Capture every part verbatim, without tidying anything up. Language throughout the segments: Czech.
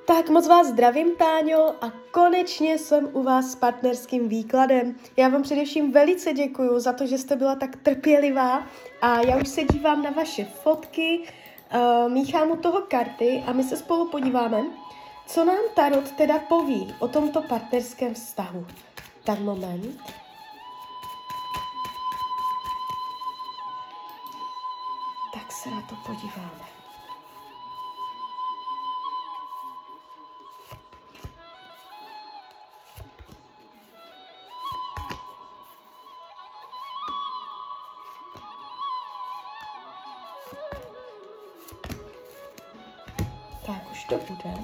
Tak moc vás zdravím, Táňo, a konečně jsem u vás s partnerským výkladem. Já vám především velice děkuju za to, že jste byla tak trpělivá a já už se dívám na vaše fotky, uh, míchám u toho karty a my se spolu podíváme, co nám Tarot teda poví o tomto partnerském vztahu. Tak moment. Tak se na to podíváme. Tak už to bude.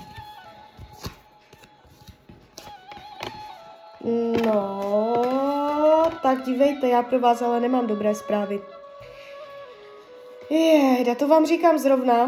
No, tak dívejte, já pro vás ale nemám dobré zprávy. Je, já to vám říkám zrovna.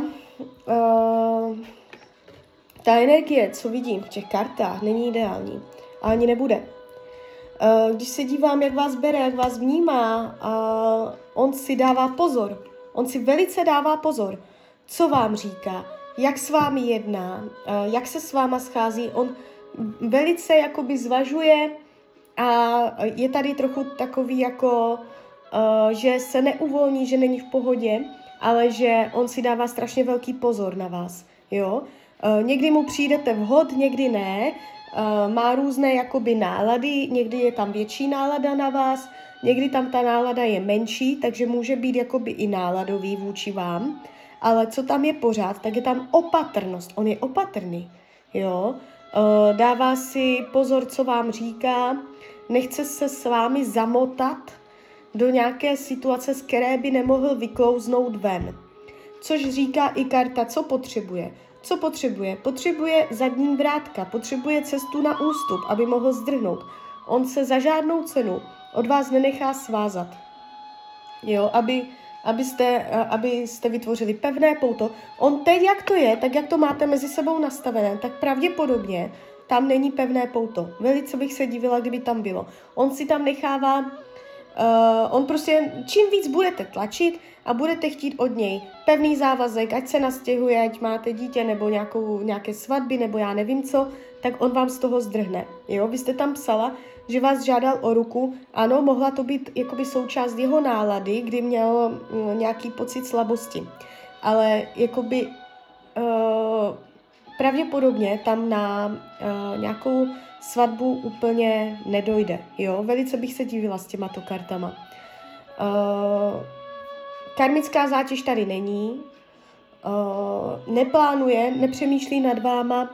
Uh, ta energie, co vidím v těch kartách, není ideální. A ani nebude. Uh, když se dívám, jak vás bere, jak vás vnímá, uh, on si dává pozor. On si velice dává pozor, co vám říká, jak s vámi jedná, uh, jak se s váma schází. On velice jakoby zvažuje a je tady trochu takový jako, uh, že se neuvolní, že není v pohodě, ale že on si dává strašně velký pozor na vás, jo. Uh, někdy mu přijdete vhod, někdy ne, uh, má různé jakoby nálady, někdy je tam větší nálada na vás, někdy tam ta nálada je menší, takže může být jakoby i náladový vůči vám, ale co tam je pořád, tak je tam opatrnost, on je opatrný, jo. Uh, dává si pozor, co vám říká, nechce se s vámi zamotat do nějaké situace, z které by nemohl vyklouznout ven. Což říká i karta, co potřebuje. Co potřebuje? Potřebuje zadní vrátka, potřebuje cestu na ústup, aby mohl zdrhnout. On se za žádnou cenu od vás nenechá svázat. Jo, aby, abyste, abyste vytvořili pevné pouto. On teď, jak to je, tak jak to máte mezi sebou nastavené, tak pravděpodobně tam není pevné pouto. Velice bych se divila, kdyby tam bylo. On si tam nechává, uh, on prostě, čím víc budete tlačit a budete chtít od něj pevný závazek, ať se nastěhuje, ať máte dítě nebo nějakou, nějaké svatby nebo já nevím co, tak on vám z toho zdrhne. Jo, vy jste tam psala, že vás žádal o ruku, ano, mohla to být jakoby součást jeho nálady, kdy měl uh, nějaký pocit slabosti. Ale jakoby uh, pravděpodobně tam na uh, nějakou svatbu úplně nedojde. Jo? Velice bych se divila s těmato kartama. Uh, karmická zátěž tady není. Uh, neplánuje, nepřemýšlí nad váma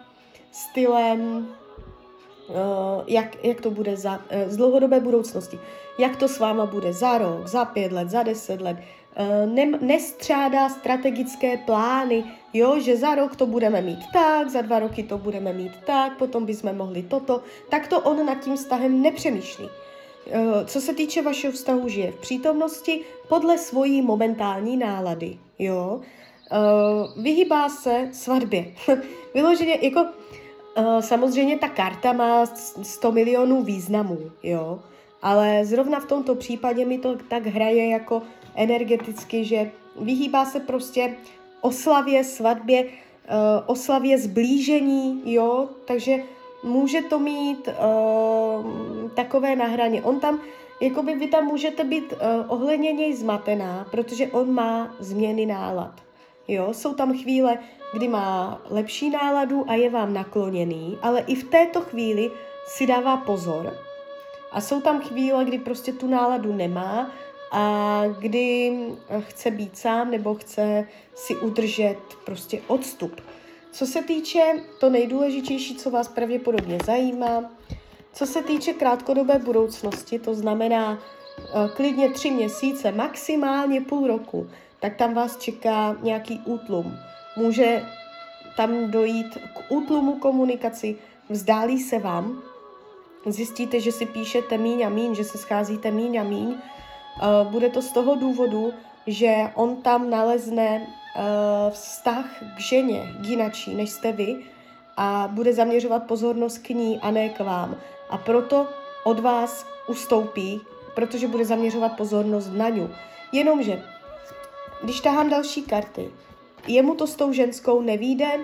stylem, uh, jak, jak to bude za, uh, z dlouhodobé budoucnosti. Jak to s váma bude za rok, za pět let, za deset let. Ne, nestřádá strategické plány, jo, že za rok to budeme mít tak, za dva roky to budeme mít tak, potom bychom mohli toto, tak to on nad tím vztahem nepřemýšlí. Co se týče vašeho vztahu, žije v přítomnosti podle svojí momentální nálady, jo. Vyhýbá se svatbě. Vyloženě, jako samozřejmě ta karta má sto milionů významů, jo, ale zrovna v tomto případě mi to tak hraje jako energeticky, že vyhýbá se prostě oslavě, svatbě, uh, oslavě zblížení, jo, takže může to mít uh, takové na hraně. On tam, jakoby vy tam můžete být uh, ohledně něj zmatená, protože on má změny nálad, jo, jsou tam chvíle, kdy má lepší náladu a je vám nakloněný, ale i v této chvíli si dává pozor. A jsou tam chvíle, kdy prostě tu náladu nemá a kdy chce být sám nebo chce si udržet prostě odstup. Co se týče to nejdůležitější, co vás pravděpodobně zajímá, co se týče krátkodobé budoucnosti, to znamená uh, klidně tři měsíce, maximálně půl roku, tak tam vás čeká nějaký útlum. Může tam dojít k útlumu komunikaci, vzdálí se vám, zjistíte, že si píšete míň a míň, že se scházíte míň a míň. Uh, bude to z toho důvodu, že on tam nalezne uh, vztah k ženě, k jinačí, než jste vy, a bude zaměřovat pozornost k ní a ne k vám. A proto od vás ustoupí, protože bude zaměřovat pozornost na ňu. Jenomže, když tahám další karty, jemu to s tou ženskou nevíde,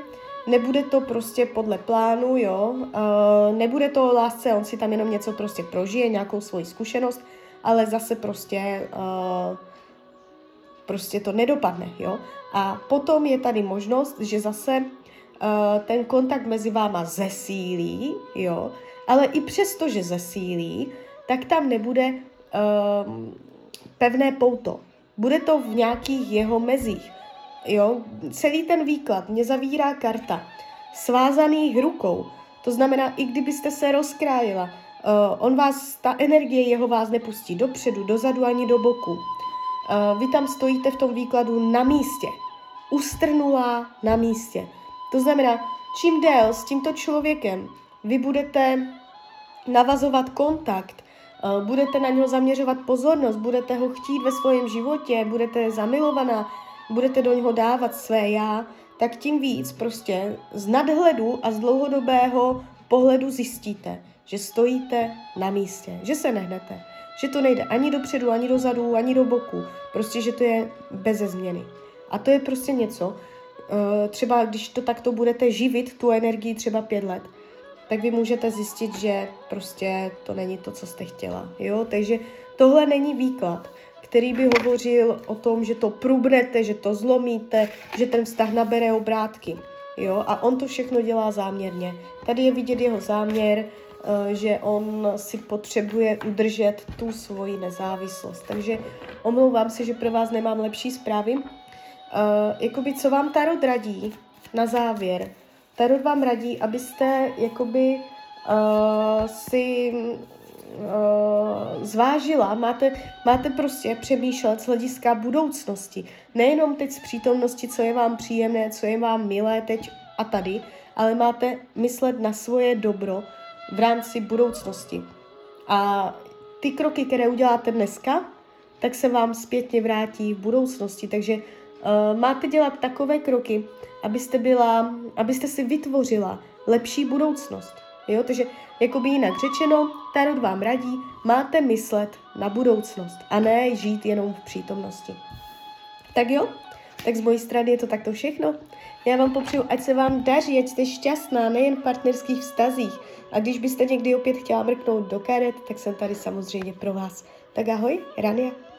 nebude to prostě podle plánu, jo, uh, nebude to o lásce, on si tam jenom něco prostě prožije, nějakou svoji zkušenost, ale zase prostě, uh, prostě to nedopadne, jo. A potom je tady možnost, že zase uh, ten kontakt mezi váma zesílí, jo, ale i přesto, že zesílí, tak tam nebude uh, pevné pouto. Bude to v nějakých jeho mezích. Jo? Celý ten výklad mě zavírá karta svázaných rukou. To znamená, i kdybyste se rozkrájela, uh, on vás, ta energie jeho vás nepustí dopředu, dozadu ani do boku. Uh, vy tam stojíte v tom výkladu na místě. Ustrnulá na místě. To znamená, čím déle s tímto člověkem vy budete navazovat kontakt, budete na něho zaměřovat pozornost, budete ho chtít ve svém životě, budete zamilovaná, budete do něho dávat své já, tak tím víc prostě z nadhledu a z dlouhodobého pohledu zjistíte, že stojíte na místě, že se nehnete, že to nejde ani dopředu, ani dozadu, ani do boku, prostě, že to je beze změny. A to je prostě něco, třeba když to takto budete živit, tu energii třeba pět let, tak vy můžete zjistit, že prostě to není to, co jste chtěla. Jo? Takže tohle není výklad, který by hovořil o tom, že to průbnete, že to zlomíte, že ten vztah nabere obrátky. Jo? A on to všechno dělá záměrně. Tady je vidět jeho záměr, že on si potřebuje udržet tu svoji nezávislost. Takže omlouvám se, že pro vás nemám lepší zprávy. Jakoby, co vám Tarot radí na závěr? Tarot vám radí, abyste jakoby uh, si uh, zvážila, máte, máte prostě přemýšlet z hlediska budoucnosti. Nejenom teď z přítomnosti, co je vám příjemné, co je vám milé teď a tady, ale máte myslet na svoje dobro v rámci budoucnosti. A ty kroky, které uděláte dneska, tak se vám zpětně vrátí v budoucnosti. Takže uh, máte dělat takové kroky, abyste byla, abyste si vytvořila lepší budoucnost. Jo? Takže jakoby jinak řečeno, Tarot vám radí, máte myslet na budoucnost a ne žít jenom v přítomnosti. Tak jo, tak z mojí strany je to takto všechno. Já vám popřeju, ať se vám daří, ať jste šťastná, nejen v partnerských vztazích. A když byste někdy opět chtěla mrknout do karet, tak jsem tady samozřejmě pro vás. Tak ahoj, Rania.